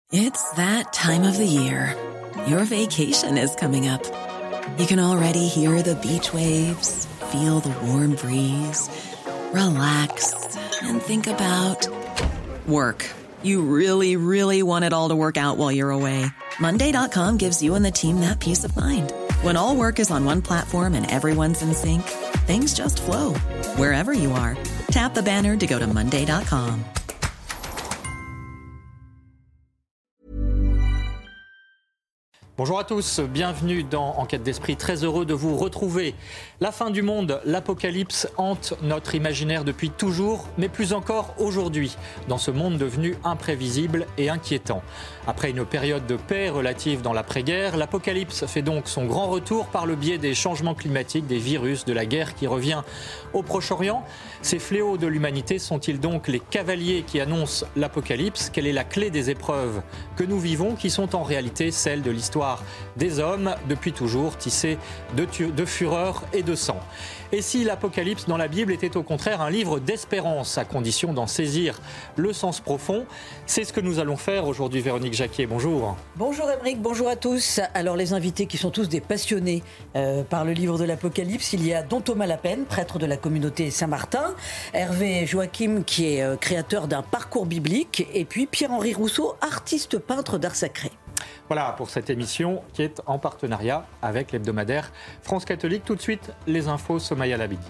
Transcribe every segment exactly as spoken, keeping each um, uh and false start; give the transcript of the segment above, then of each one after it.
It's that time of the year. Your vacation is coming up. You can already hear the beach waves, feel the warm breeze, relax, and think about work. You really, really want it all to work out while you're away. Monday dot com gives you and the team that peace of mind. When all work is on one platform and everyone's in sync, things just flow. Wherever you are, tap the banner to go to Monday dot com. Bonjour à tous, bienvenue dans Enquête d'Esprit, très heureux de vous retrouver. La fin du monde, l'apocalypse hante notre imaginaire depuis toujours, mais plus encore aujourd'hui, dans ce monde devenu imprévisible et inquiétant. Après une période de paix relative dans l'après-guerre, l'apocalypse fait donc son grand retour par le biais des changements climatiques, des virus, de la guerre qui revient au Proche-Orient. Ces fléaux de l'humanité sont-ils donc les cavaliers qui annoncent l'apocalypse ? Quelle est la clé des épreuves que nous vivons, qui sont en réalité celles de l'histoire des hommes, depuis toujours tissés de, tu- de fureur et de sang. Et si l'Apocalypse dans la Bible était au contraire un livre d'espérance, à condition d'en saisir le sens profond, c'est ce que nous allons faire aujourd'hui. Véronique Jacquier, bonjour. Bonjour Émeric, bonjour à tous. Alors les invités qui sont tous des passionnés euh, par le livre de l'Apocalypse, il y a Don Thomas Lapen, prêtre de la communauté Saint-Martin, Hervé Joachim qui est euh, créateur d'un parcours biblique, et puis Pierre-Henri Rousseau, artiste peintre d'art sacré. Voilà pour cette émission qui est en partenariat avec l'hebdomadaire France Catholique. Tout de suite, les infos Somaya Labidi.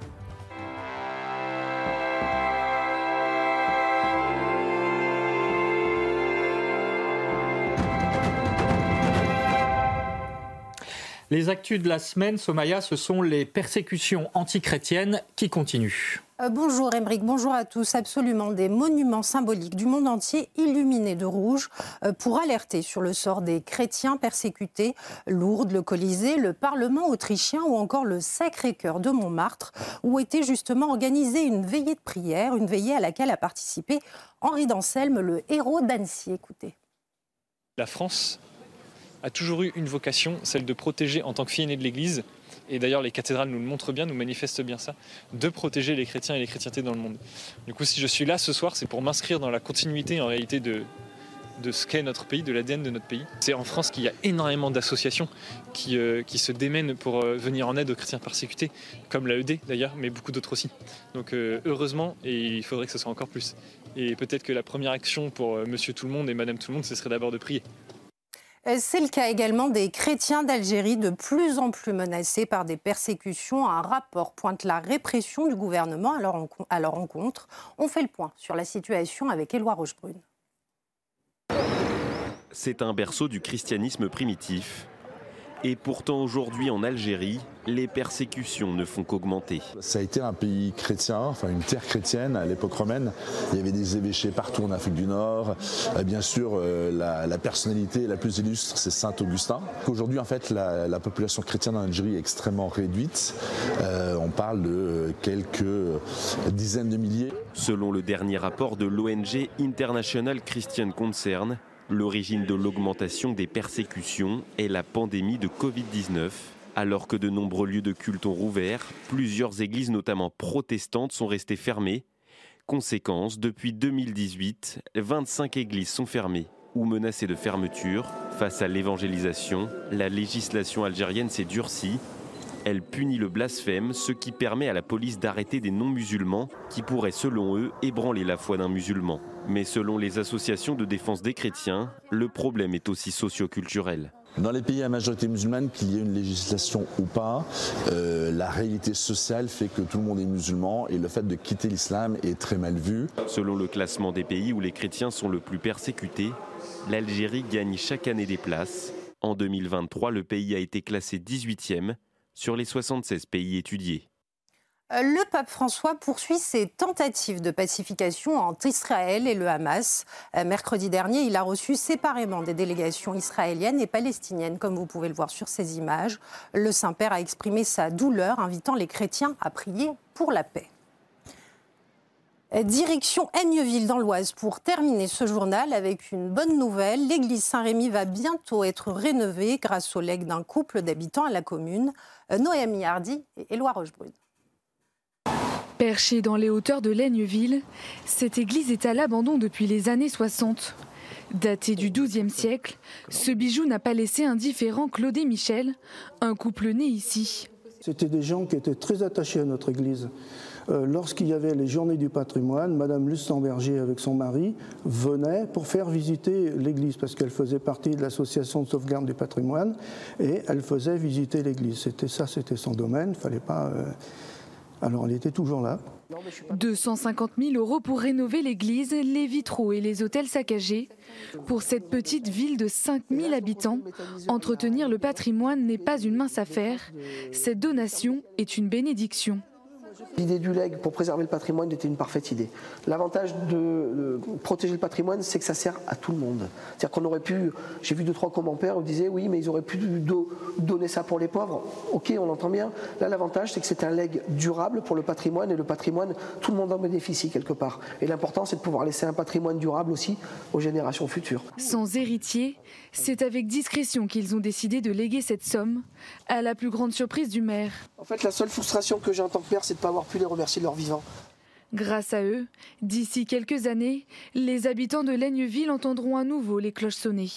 Les actus de la semaine, Somaya, ce sont les persécutions antichrétiennes qui continuent. Euh, bonjour Émeric, bonjour à tous. Absolument, des monuments symboliques du monde entier illuminés de rouge euh, pour alerter sur le sort des chrétiens persécutés. Lourdes, le Colisée, le Parlement autrichien ou encore le Sacré-Cœur de Montmartre, où était justement organisée une veillée de prière, une veillée à laquelle a participé Henri d'Anselme, le héros d'Annecy. Écoutez. La France a toujours eu une vocation, celle de protéger en tant que fille aînée de l'Église, et d'ailleurs les cathédrales nous le montrent bien, nous manifestent bien ça, de protéger les chrétiens et les chrétientés dans le monde. Du coup, si je suis là ce soir, c'est pour m'inscrire dans la continuité en réalité de, de ce qu'est notre pays, de l'A D N de notre pays. C'est en France qu'il y a énormément d'associations qui, euh, qui se démènent pour euh, venir en aide aux chrétiens persécutés, comme l'A E D d'ailleurs, mais beaucoup d'autres aussi. Donc euh, heureusement, et il faudrait que ce soit encore plus. Et peut-être que la première action pour euh, Monsieur Tout-le-Monde et Madame Tout-le-Monde, ce serait d'abord de prier. C'est le cas également des chrétiens d'Algérie, de plus en plus menacés par des persécutions. Un rapport pointe la répression du gouvernement à leur, enco- à leur encontre. On fait le point sur la situation avec Éloi Rochebrune. C'est un berceau du christianisme primitif. Et pourtant aujourd'hui en Algérie, les persécutions ne font qu'augmenter. Ça a été un pays chrétien, enfin une terre chrétienne à l'époque romaine. Il y avait des évêchés partout en Afrique du Nord. Bien sûr, la, la personnalité la plus illustre, c'est Saint Augustin. Aujourd'hui, en fait, la, la population chrétienne en Algérie est extrêmement réduite. Euh, on parle de quelques dizaines de milliers. Selon le dernier rapport de l'O N G International Christian Concern, l'origine de l'augmentation des persécutions est la pandémie de covid dix-neuf. Alors que de nombreux lieux de culte ont rouvert, plusieurs églises, notamment protestantes, sont restées fermées. Conséquence, depuis deux mille dix-huit, vingt-cinq églises sont fermées ou menacées de fermeture. Face à l'évangélisation, la législation algérienne s'est durcie. Elle punit le blasphème, ce qui permet à la police d'arrêter des non-musulmans qui pourraient, selon eux, ébranler la foi d'un musulman. Mais selon les associations de défense des chrétiens, le problème est aussi socio-culturel. Dans les pays à majorité musulmane, qu'il y ait une législation ou pas, euh, la réalité sociale fait que tout le monde est musulman et le fait de quitter l'islam est très mal vu. Selon le classement des pays où les chrétiens sont le plus persécutés, l'Algérie gagne chaque année des places. En deux mille vingt-trois, le pays a été classé dix-huitième sur les soixante-seize pays étudiés. Le pape François poursuit ses tentatives de pacification entre Israël et le Hamas. Mercredi dernier, il a reçu séparément des délégations israéliennes et palestiniennes, comme vous pouvez le voir sur ces images. Le Saint-Père a exprimé sa douleur, invitant les chrétiens à prier pour la paix. Direction Aigneville dans l'Oise pour terminer ce journal avec une bonne nouvelle. L'église Saint-Rémy va bientôt être rénovée grâce au legs d'un couple d'habitants à la commune. Noémie Hardy et Éloi Rochebrune. Perchée dans les hauteurs de l'Aigneville, cette église est à l'abandon depuis les années soixante. Daté du douzième siècle, ce bijou n'a pas laissé indifférent Claude et Michel, un couple né ici. C'était des gens qui étaient très attachés à notre église. Euh, lorsqu'il y avait les journées du patrimoine, Madame Lustenberger avec son mari venait pour faire visiter l'église parce qu'elle faisait partie de l'association de sauvegarde du patrimoine et elle faisait visiter l'église. C'était ça, c'était son domaine, il fallait pas... Euh... Alors elle était toujours là. deux cent cinquante mille euros pour rénover l'église, les vitraux et les autels saccagés. Pour cette petite ville de cinq mille habitants, entretenir le patrimoine n'est pas une mince affaire. Cette donation est une bénédiction. L'idée du legs pour préserver le patrimoine était une parfaite idée. L'avantage de, de protéger le patrimoine, c'est que ça sert à tout le monde. C'est-à-dire qu'on aurait pu, j'ai vu deux, trois commentaires où ils disaient oui, mais ils auraient pu do, donner ça pour les pauvres. Ok, on l'entend bien. Là, l'avantage, c'est que c'est un legs durable pour le patrimoine et le patrimoine, tout le monde en bénéficie quelque part. Et l'important, c'est de pouvoir laisser un patrimoine durable aussi aux générations futures. Sans héritier, c'est avec discrétion qu'ils ont décidé de léguer cette somme, à la plus grande surprise du maire. En fait, la seule frustration que j'ai en tant que père, c'est de ne pas avoir pu les remercier de leur vivant. Grâce à eux, d'ici quelques années, les habitants de Laigneville entendront à nouveau les cloches sonner.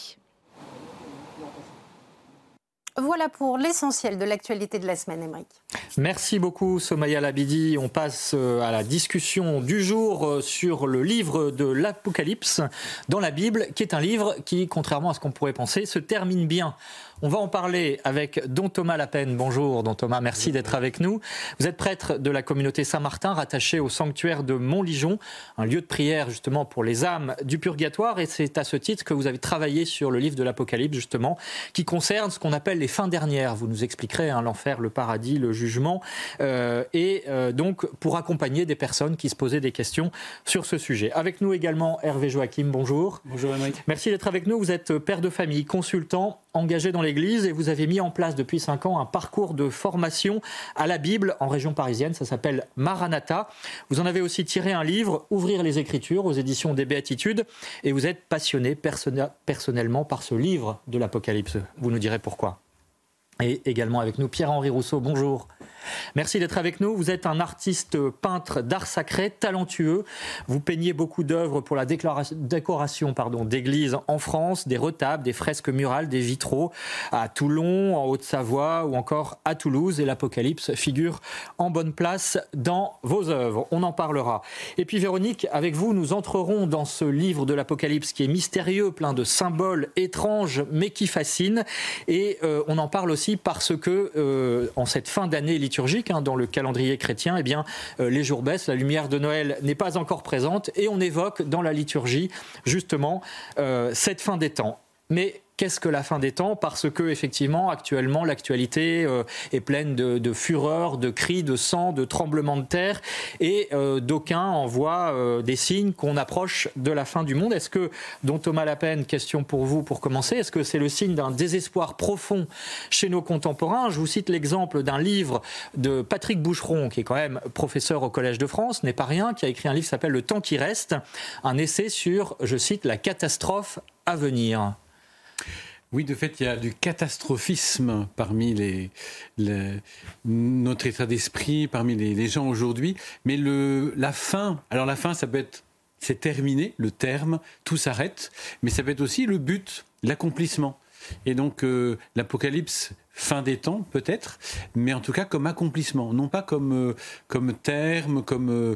Voilà pour l'essentiel de l'actualité de la semaine, Émeric. Merci beaucoup, Somaya Labidi. On passe à la discussion du jour sur le livre de l'Apocalypse dans la Bible, qui est un livre qui, contrairement à ce qu'on pourrait penser, se termine bien. On va en parler avec Don Thomas Lapen. Bonjour Don Thomas, merci d'être avec nous. Vous êtes prêtre de la communauté Saint-Martin, rattaché au sanctuaire de Montligeon, un lieu de prière justement pour les âmes du purgatoire. Et c'est à ce titre que vous avez travaillé sur le livre de l'Apocalypse justement, qui concerne ce qu'on appelle les fins dernières. Vous nous expliquerez hein, l'enfer, le paradis, le jugement. Euh, et euh, donc pour accompagner des personnes qui se posaient des questions sur ce sujet. Avec nous également Hervé Joachim, bonjour. Bonjour Émeric. Merci d'être avec nous. Vous êtes père de famille, consultant, engagé dans l'Église et vous avez mis en place depuis cinq ans un parcours de formation à la Bible en région parisienne. Ça s'appelle Maranatha. Vous en avez aussi tiré un livre, Ouvrir les Écritures, aux éditions des Béatitudes. Et vous êtes passionné personna- personnellement par ce livre de l'Apocalypse. Vous nous direz pourquoi. Et également avec nous Pierre-Henri Rousseau, bonjour. Merci d'être avec nous. Vous êtes un artiste peintre d'art sacré, talentueux. Vous peignez beaucoup d'œuvres pour la décoration pardon, d'églises en France, des retables, des fresques murales, des vitraux à Toulon, en Haute-Savoie ou encore à Toulouse. Et l'Apocalypse figure en bonne place dans vos œuvres. On en parlera. Et puis Véronique, avec vous, nous entrerons dans ce livre de l'Apocalypse qui est mystérieux, plein de symboles étranges, mais qui fascinent. Et euh, on en parle aussi parce que euh, en cette fin d'année liturgique, hein, dans le calendrier chrétien, eh bien, euh, les jours baissent, la lumière de Noël n'est pas encore présente et on évoque dans la liturgie justement euh, cette fin des temps. Mais qu'est-ce que la fin des temps ? Parce que, effectivement, actuellement, l'actualité euh, est pleine de, de fureur, de cris, de sang, de tremblements de terre. Et euh, d'aucuns en voient euh, des signes qu'on approche de la fin du monde. Est-ce que, Don Thomas Lapen, question pour vous pour commencer, est-ce que c'est le signe d'un désespoir profond chez nos contemporains ? Je vous cite l'exemple d'un livre de Patrick Boucheron, qui est quand même professeur au Collège de France, n'est pas rien, qui a écrit un livre qui s'appelle « Le temps qui reste », un essai sur, je cite, la catastrophe à venir. Oui, de fait, il y a du catastrophisme parmi les, les, notre état d'esprit, parmi les, les gens aujourd'hui. Mais le, la fin, alors la fin, ça peut être, c'est terminé, le terme, tout s'arrête. Mais ça peut être aussi le but, l'accomplissement. Et donc, euh, l'Apocalypse, fin des temps, peut-être, mais en tout cas comme accomplissement. Non pas comme, euh, comme terme, comme euh,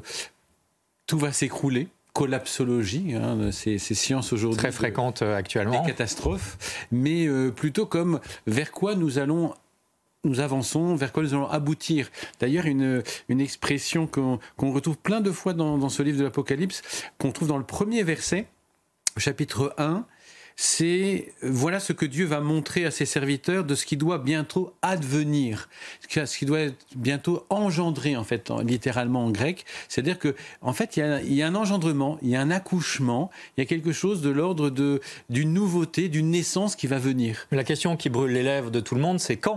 tout va s'écrouler. Collapsologie, hein, ces, ces sciences aujourd'hui très fréquentes euh, actuellement, des catastrophes, mais euh, plutôt comme vers quoi nous allons, nous avançons, vers quoi nous allons aboutir. D'ailleurs, une, une expression qu'on, qu'on retrouve plein de fois dans, dans ce livre de l'Apocalypse, qu'on trouve dans le premier verset, chapitre un, c'est voilà ce que Dieu va montrer à ses serviteurs de ce qui doit bientôt advenir, ce qui doit être bientôt engendré en fait, littéralement en grec. C'est-à-dire que en fait il y a, il y a un engendrement, il y a un accouchement, il y a quelque chose de l'ordre de d'une nouveauté, d'une naissance qui va venir. La question qui brûle les lèvres de tout le monde, c'est quand ?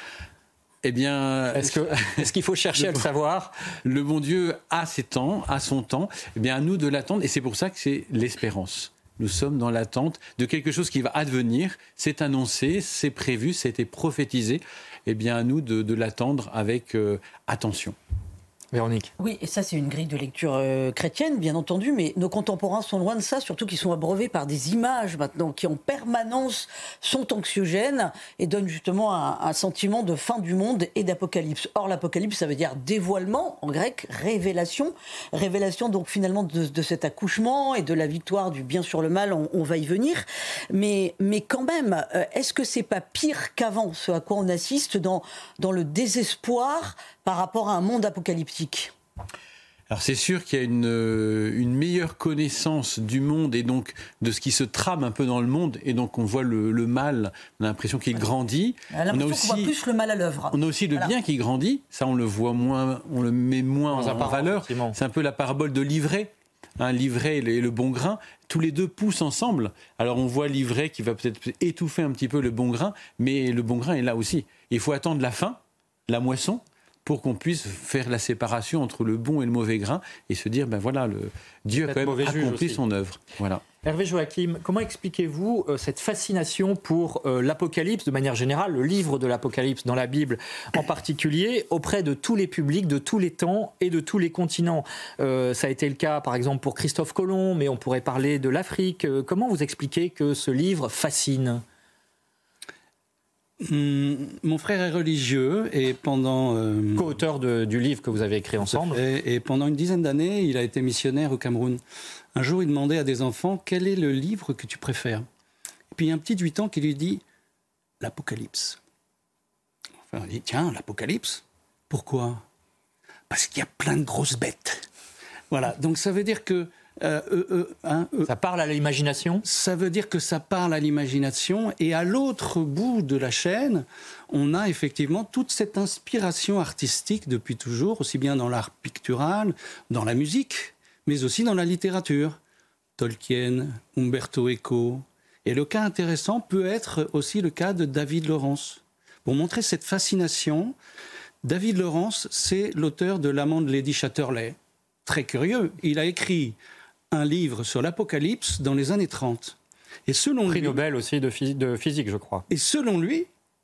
Eh bien, est-ce, que, est-ce qu'il faut chercher à le savoir ? Le bon Dieu a ses temps, a son temps. Eh bien, à nous de l'attendre, et c'est pour ça que c'est l'espérance. Nous sommes dans l'attente de quelque chose qui va advenir. C'est annoncé, c'est prévu, ça a été prophétisé. Eh bien, à nous de, de l'attendre avec euh, attention. Véronique. Oui, et ça c'est une grille de lecture euh, chrétienne, bien entendu, mais nos contemporains sont loin de ça, surtout qu'ils sont abreuvés par des images maintenant qui en permanence sont anxiogènes et donnent justement un, un sentiment de fin du monde et d'apocalypse. Or l'apocalypse, ça veut dire dévoilement, en grec, révélation. Révélation donc finalement de, de cet accouchement et de la victoire du bien sur le mal, on, on va y venir. Mais, mais quand même, euh, est-ce que c'est pas pire qu'avant, ce à quoi on assiste dans, dans le désespoir par rapport à un monde apocalyptique? Alors c'est sûr qu'il y a une, une meilleure connaissance du monde et donc de ce qui se trame un peu dans le monde, et donc on voit le, le mal, on a l'impression qu'il grandit. On a l'impression on a aussi, qu'on voit plus le mal à l'œuvre. On a aussi le voilà. bien qui grandit, ça on le voit moins, on le met moins en, en valeur. C'est un peu la parabole de l'ivraie. Un livret et le bon grain, tous les deux poussent ensemble. Alors on voit l'ivraie qui va peut-être étouffer un petit peu le bon grain, mais le bon grain est là aussi. Il faut attendre la fin, la moisson, pour qu'on puisse faire la séparation entre le bon et le mauvais grain et se dire, ben voilà, le, Dieu a quand même accompli son œuvre. Voilà. Hervé Joachim, comment expliquez-vous euh, cette fascination pour euh, l'Apocalypse, de manière générale, le livre de l'Apocalypse dans la Bible en particulier, auprès de tous les publics, de tous les temps et de tous les continents? euh, Ça a été le cas, par exemple, pour Christophe Colomb, mais on pourrait parler de l'Afrique. Euh, comment vous expliquez que ce livre fascine ? Mmh, mon frère est religieux et pendant... Euh, Co-auteur de, du livre que vous avez écrit ensemble. Et, et pendant une dizaine d'années, il a été missionnaire au Cameroun. Un jour, il demandait à des enfants, quel est le livre que tu préfères? Et puis il y a un petit de huit ans qui lui dit, l'Apocalypse. Enfin, il dit, tiens, l'Apocalypse? Pourquoi? Parce qu'il y a plein de grosses bêtes. Voilà, donc ça veut dire que... Euh, euh, euh, hein, euh, ça parle à l'imagination? Ça veut dire que ça parle à l'imagination, et à l'autre bout de la chaîne, on a effectivement toute cette inspiration artistique depuis toujours, aussi bien dans l'art pictural, dans la musique, mais aussi dans la littérature. Tolkien, Umberto Eco. Et le cas intéressant peut être aussi le cas de David Lawrence. Pour montrer cette fascination, David Lawrence, c'est l'auteur de L'amant de Lady Chatterley. Très curieux, il a écrit un livre sur l'Apocalypse dans les années trente. Et selon Prix lui, Nobel aussi de, phys- de physique, je crois. Et selon lui,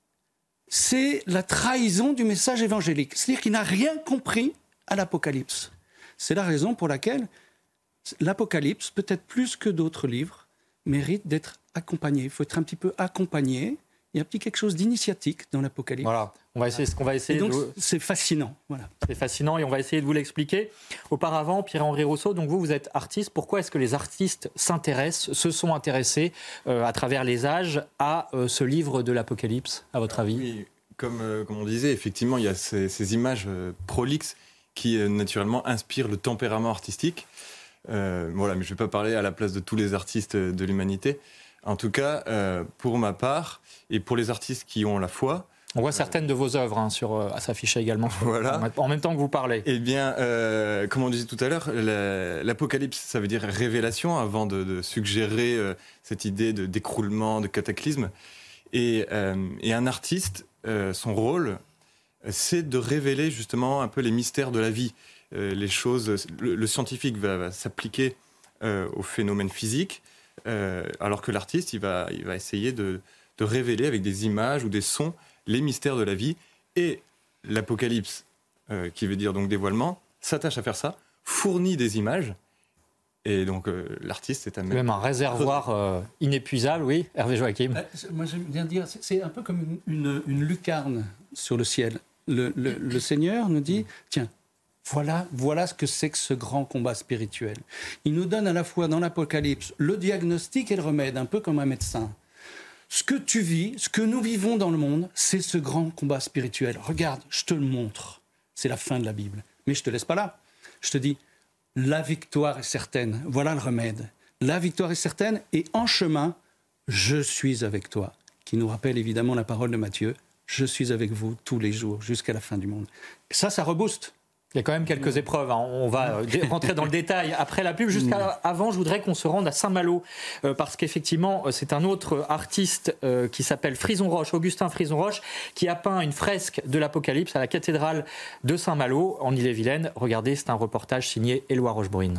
c'est la trahison du message évangélique. C'est-à-dire qu'il n'a rien compris à l'Apocalypse. C'est la raison pour laquelle l'Apocalypse, peut-être plus que d'autres livres, mérite d'être accompagné. Il faut être un petit peu accompagné. Il y a un petit quelque chose d'initiatique dans l'Apocalypse. Voilà, on va essayer ce qu'on va essayer. Et donc, de... c'est fascinant. Voilà. C'est fascinant et on va essayer de vous l'expliquer. Auparavant, Pierre-Henri Rousseau, donc vous, vous êtes artiste. Pourquoi est-ce que les artistes s'intéressent, se sont intéressés euh, à travers les âges à euh, ce livre de l'Apocalypse, à votre avis? Oui, comme, euh, comme on disait, effectivement, il y a ces, ces images euh, prolixes qui euh, naturellement inspirent le tempérament artistique. Euh, voilà, mais je ne vais pas parler à la place de tous les artistes de l'humanité. En tout cas, euh, pour ma part, et pour les artistes qui ont la foi... On voit certaines de vos œuvres hein, sur, euh, à s'afficher également, sur, voilà. en même temps que vous parlez. Eh bien, euh, comme on disait tout à l'heure, la, l'Apocalypse, ça veut dire révélation, avant de, de suggérer euh, cette idée de, d'écroulement, de cataclysme. Et, euh, et un artiste, euh, son rôle, c'est de révéler justement un peu les mystères de la vie. Euh, les choses, le, le scientifique va, va s'appliquer euh, aux phénomènes physiques, Euh, alors que l'artiste, il va, il va essayer de, de révéler avec des images ou des sons les mystères de la vie. Et l'Apocalypse, euh, qui veut dire donc dévoilement, s'attache à faire ça, fournit des images. Et donc euh, l'artiste est à même... même un réservoir euh, inépuisable, oui. Hervé Joachim. Euh, moi j'aime bien dire, c'est, c'est un peu comme une, une, une lucarne sur le ciel. Le, le, le Seigneur nous dit, tiens, Voilà, voilà ce que c'est que ce grand combat spirituel. Il nous donne à la fois dans l'Apocalypse le diagnostic et le remède, un peu comme un médecin. Ce que tu vis, ce que nous vivons dans le monde, c'est ce grand combat spirituel. Regarde, je te le montre. C'est la fin de la Bible. Mais je ne te laisse pas là. Je te dis, la victoire est certaine. Voilà le remède. La victoire est certaine et en chemin, je suis avec toi. Qui nous rappelle évidemment la parole de Matthieu. Je suis avec vous tous les jours jusqu'à la fin du monde. Et ça, ça rebooste. Il y a quand même quelques épreuves. Hein. On va rentrer dans le détail après la pub. Jusqu'avant, je voudrais qu'on se rende à Saint-Malo, euh, parce qu'effectivement, c'est un autre artiste euh, qui s'appelle Frison-Roche, Augustin Frison-Roche, qui a peint une fresque de l'Apocalypse à la cathédrale de Saint-Malo, en Ille-et-Vilaine. Regardez, c'est un reportage signé Éloi Rochebrune.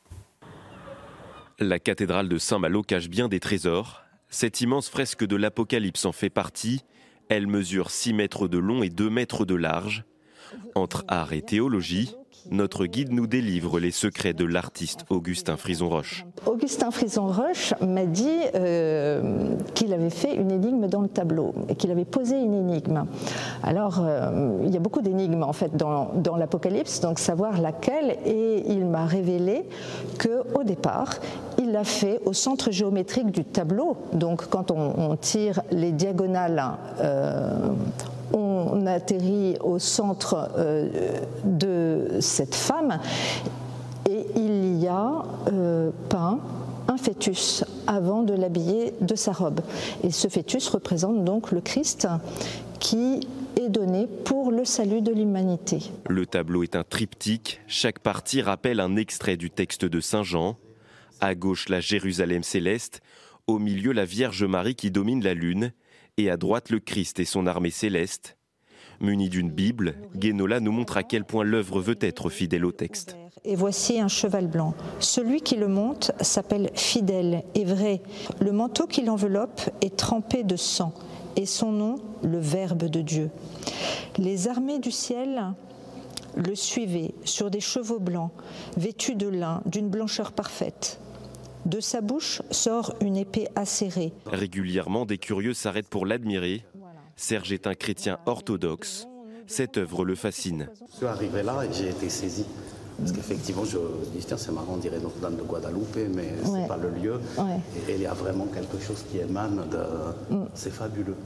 La cathédrale de Saint-Malo cache bien des trésors. Cette immense fresque de l'Apocalypse en fait partie. Elle mesure six mètres de long et deux mètres de large. Entre art et théologie, Notre guide nous délivre les secrets de l'artiste Augustin Frison-Roche. Augustin Frison-Roche m'a dit euh, qu'il avait fait une énigme dans le tableau et qu'il avait posé une énigme. Alors, euh, il y a beaucoup d'énigmes en fait dans, dans l'Apocalypse, donc savoir laquelle. Et il m'a révélé qu'au départ, il l'a fait au centre géométrique du tableau. Donc, quand on, on tire les diagonales, euh, on atterrit au centre euh, de cette femme et il y a euh, peint un fœtus avant de l'habiller de sa robe. Et ce fœtus représente donc le Christ qui est donné pour le salut de l'humanité. Le tableau est un triptyque. Chaque partie rappelle un extrait du texte de Saint Jean. À gauche, la Jérusalem céleste. Au milieu, la Vierge Marie qui domine la lune. Et à droite, le Christ et son armée céleste. Muni d'une Bible, Guénola nous montre à quel point l'œuvre veut être fidèle au texte. Et voici un cheval blanc. Celui qui le monte s'appelle fidèle et vrai. Le manteau qui l'enveloppe est trempé de sang, et son nom, le Verbe de Dieu. Les armées du ciel le suivaient sur des chevaux blancs, vêtus de lin, d'une blancheur parfaite. De sa bouche sort une épée acérée. Régulièrement, des curieux s'arrêtent pour l'admirer. Serge est un chrétien orthodoxe. Cette œuvre le fascine. Je suis arrivé là et j'ai été saisi. Parce qu'effectivement, je me dis, tiens, c'est marrant, on dirait Notre-Dame de Guadalupe, mais c'est ouais. pas le lieu. Ouais. Et il y a vraiment quelque chose qui émane de... Mm. C'est fabuleux.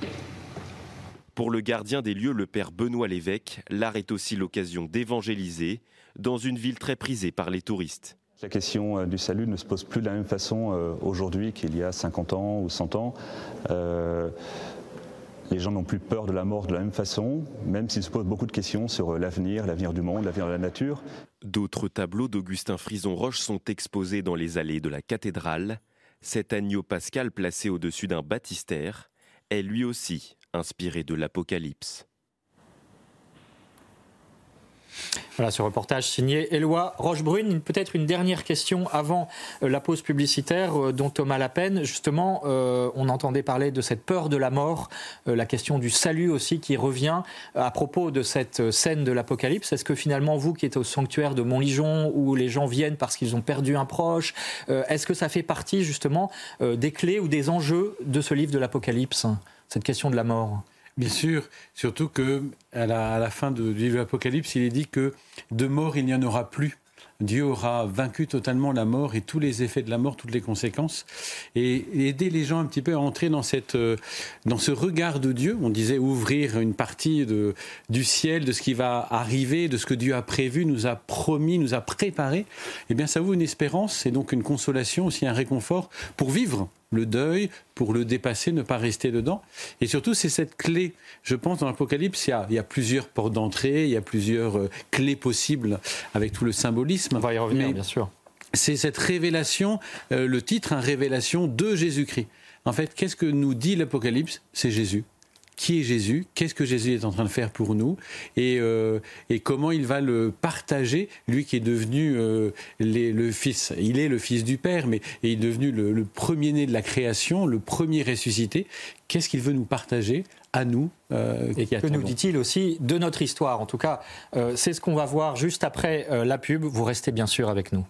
Pour le gardien des lieux, le père Benoît Lévesque, l'art est aussi l'occasion d'évangéliser dans une ville très prisée par les touristes. La question du salut ne se pose plus de la même façon aujourd'hui qu'il y a cinquante ans ou cent ans. Euh, les gens n'ont plus peur de la mort de la même façon, même s'ils se posent beaucoup de questions sur l'avenir, l'avenir du monde, l'avenir de la nature. D'autres tableaux d'Augustin Frison-Roche sont exposés dans les allées de la cathédrale. Cet agneau pascal placé au-dessus d'un baptistère est lui aussi inspiré de l'Apocalypse. Voilà ce reportage signé Éloi Rochebrune. Peut-être une dernière question avant la pause publicitaire, dont Thomas Lapen. Justement, euh, on entendait parler de cette peur de la mort, euh, la question du salut aussi qui revient à propos de cette scène de l'Apocalypse. Est-ce que finalement, vous qui êtes au sanctuaire de Montligeon, où les gens viennent parce qu'ils ont perdu un proche, euh, est-ce que ça fait partie justement euh, des clés ou des enjeux de ce livre de l'Apocalypse, cette question de la mort ? Bien sûr, surtout qu'à la, à la fin de, du livre de l'Apocalypse, il est dit que de mort, il n'y en aura plus. Dieu aura vaincu totalement la mort et tous les effets de la mort, toutes les conséquences, et, et aider les gens un petit peu à entrer dans, cette, dans ce regard de Dieu. On disait ouvrir une partie de, du ciel, de ce qui va arriver, de ce que Dieu a prévu, nous a promis, nous a préparé. Eh bien, ça ouvre une espérance et donc une consolation, aussi un réconfort pour vivre le deuil, pour le dépasser, ne pas rester dedans. Et surtout, c'est cette clé. Je pense, dans l'Apocalypse, il y a, il y a plusieurs portes d'entrée, il y a plusieurs euh, clés possibles avec tout le symbolisme. On va y revenir, mais bien sûr. C'est cette révélation, euh, le titre, hein, révélation de Jésus-Christ. En fait, qu'est-ce que nous dit l'Apocalypse ? C'est Jésus. Qui est Jésus ? Qu'est-ce que Jésus est en train de faire pour nous ? Et, euh, et comment il va le partager, lui qui est devenu euh, les, le Fils. Il est le Fils du Père, mais il est devenu le, le premier-né de la création, le premier ressuscité. Qu'est-ce qu'il veut nous partager à nous euh, Et que nous dit-il aussi de notre histoire ? En tout cas, euh, c'est ce qu'on va voir juste après euh, la pub. Vous restez bien sûr avec nous.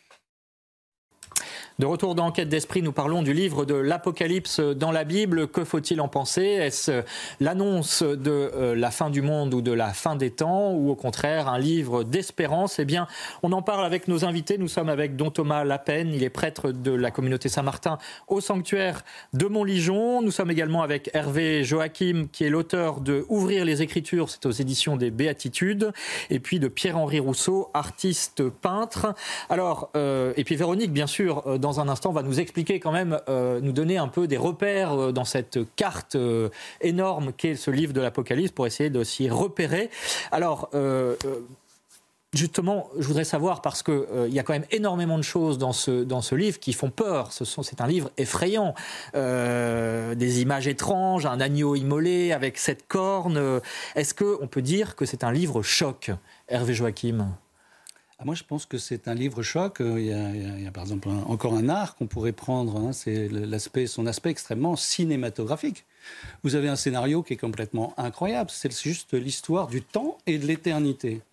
De retour dans Enquête d'Esprit, nous parlons du livre de l'Apocalypse dans la Bible. Que faut-il en penser ? Est-ce l'annonce de euh, la fin du monde ou de la fin des temps, ou au contraire un livre d'espérance ? Eh bien, on en parle avec nos invités. Nous sommes avec don Thomas Lapen, il est prêtre de la communauté Saint-Martin au sanctuaire de Montligeon. Nous sommes également avec Hervé Joachim, qui est l'auteur de Ouvrir les Écritures, c'est aux éditions des Béatitudes, et puis de Pierre-Henri Rousseau, artiste peintre. Alors, euh, et puis Véronique, bien sûr, euh, dans un instant, va nous expliquer quand même, euh, nous donner un peu des repères euh, dans cette carte euh, énorme qu'est ce livre de l'Apocalypse pour essayer de s'y repérer. Alors, euh, euh, justement, je voudrais savoir, parce qu'il euh, y a quand même énormément de choses dans ce, dans ce livre qui font peur. Ce sont, c'est un livre effrayant. Euh, des images étranges, un agneau immolé avec sept cornes. Est-ce qu'on peut dire que c'est un livre choc, Hervé Joachim ? Moi, je pense que c'est un livre choc. Il y a, il y a, il y a par exemple un, encore un art qu'on pourrait prendre. Hein, c'est l'aspect, son aspect extrêmement cinématographique. Vous avez un scénario qui est complètement incroyable. C'est juste l'histoire du temps et de l'éternité.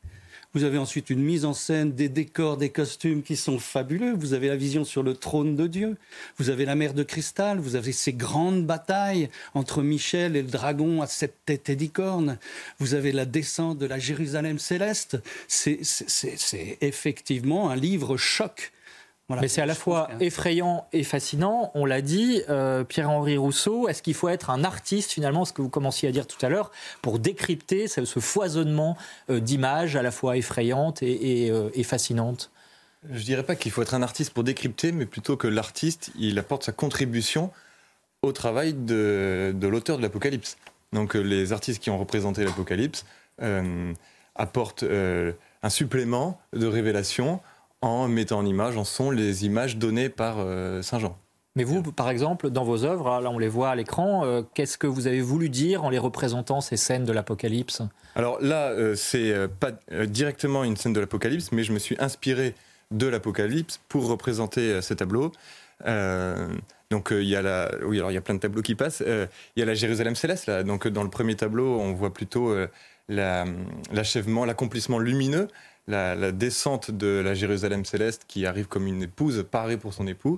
Vous avez ensuite une mise en scène, des décors, des costumes qui sont fabuleux. Vous avez la vision sur le trône de Dieu. Vous avez la mer de cristal. Vous avez ces grandes batailles entre Michel et le dragon à sept têtes et dix cornes. Vous avez la descente de la Jérusalem céleste. C'est, c'est, c'est, c'est effectivement un livre choc. Voilà. Mais c'est à la fois effrayant et fascinant, on l'a dit. Euh, Pierre-Henri Rousseau, est-ce qu'il faut être un artiste, finalement, ce que vous commenciez à dire tout à l'heure, pour décrypter ce, ce foisonnement euh, d'images à la fois effrayantes et, et, euh, et fascinantes ? Je ne dirais pas qu'il faut être un artiste pour décrypter, mais plutôt que l'artiste, il apporte sa contribution au travail de, de l'auteur de l'Apocalypse. Donc les artistes qui ont représenté l'Apocalypse euh, apportent euh, un supplément de révélation en mettant en image, en son, les images données par euh, Saint Jean. Mais vous, par exemple, dans vos œuvres, là on les voit à l'écran, euh, qu'est-ce que vous avez voulu dire en les représentant, ces scènes de l'Apocalypse ? Alors là, euh, c'est euh, pas euh, directement une scène de l'Apocalypse, mais je me suis inspiré de l'Apocalypse pour représenter euh, ces tableaux. Euh, donc il euh, y a la, oui, alors il y a plein de tableaux qui passent. Il euh, y a la Jérusalem céleste là. Donc dans le premier tableau, on voit plutôt euh, la, l'achèvement, l'accomplissement lumineux. La, la descente de la Jérusalem céleste qui arrive comme une épouse parée pour son époux.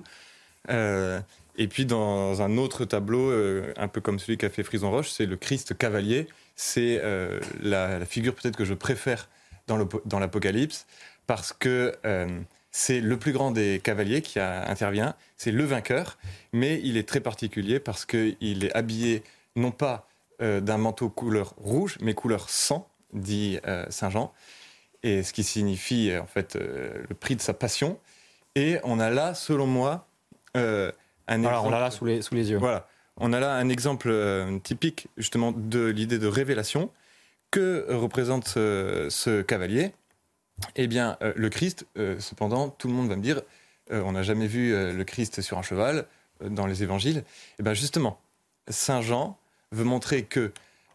Euh, et puis dans un autre tableau, euh, un peu comme celui qu'a fait Frison Roche, c'est le Christ cavalier. C'est euh, la, la figure peut-être que je préfère dans, le, dans l'Apocalypse parce que euh, c'est le plus grand des cavaliers qui a, intervient, c'est le vainqueur, mais il est très particulier parce qu'il est habillé non pas euh, d'un manteau couleur rouge, mais couleur sang, dit euh, Saint Jean. Et ce qui signifie en fait euh, le prix de sa passion. Et on a là, selon moi, euh, un voilà, exemple. On l'a là sous les, sous les yeux. Voilà, on a là un exemple euh, typique justement de l'idée de révélation que représente ce, ce cavalier. Eh bien, euh, le Christ, euh, cependant, tout le monde va me dire, euh, on n'a jamais vu euh, le Christ sur un cheval euh, dans les évangiles. Eh bien, justement, Saint Jean veut montrer que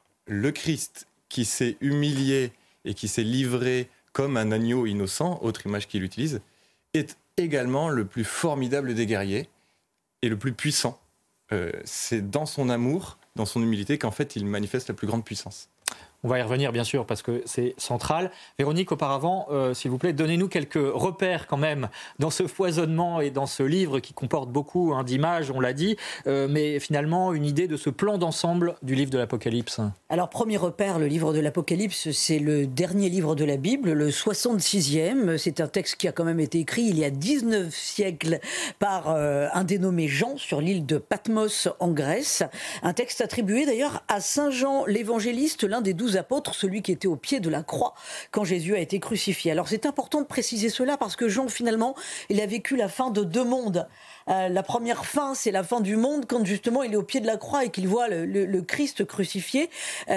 le Christ qui s'est humilié et qui s'est livré comme un agneau innocent, autre image qu'il utilise, est également le plus formidable des guerriers et le plus puissant. Euh, c'est dans son amour, dans son humilité, qu'en fait il manifeste la plus grande puissance. On va y revenir, bien sûr, parce que c'est central. Véronique, auparavant, euh, s'il vous plaît, donnez-nous quelques repères quand même dans ce foisonnement et dans ce livre qui comporte beaucoup hein, d'images, on l'a dit, euh, mais finalement une idée de ce plan d'ensemble du livre de l'Apocalypse. Alors, premier repère, le livre de l'Apocalypse, c'est le dernier livre de la Bible, le soixante-sixième. C'est un texte qui a quand même été écrit il y a dix-neuf siècles par euh, un dénommé Jean sur l'île de Patmos en Grèce. Un texte attribué d'ailleurs à Saint Jean l'évangéliste, l'un des douze apôtres, celui qui était au pied de la croix quand Jésus a été crucifié. Alors c'est important de préciser cela parce que Jean finalement il a vécu la fin de deux mondes. Euh, la première fin, c'est la fin du monde quand justement il est au pied de la croix et qu'il voit le, le, le Christ crucifié.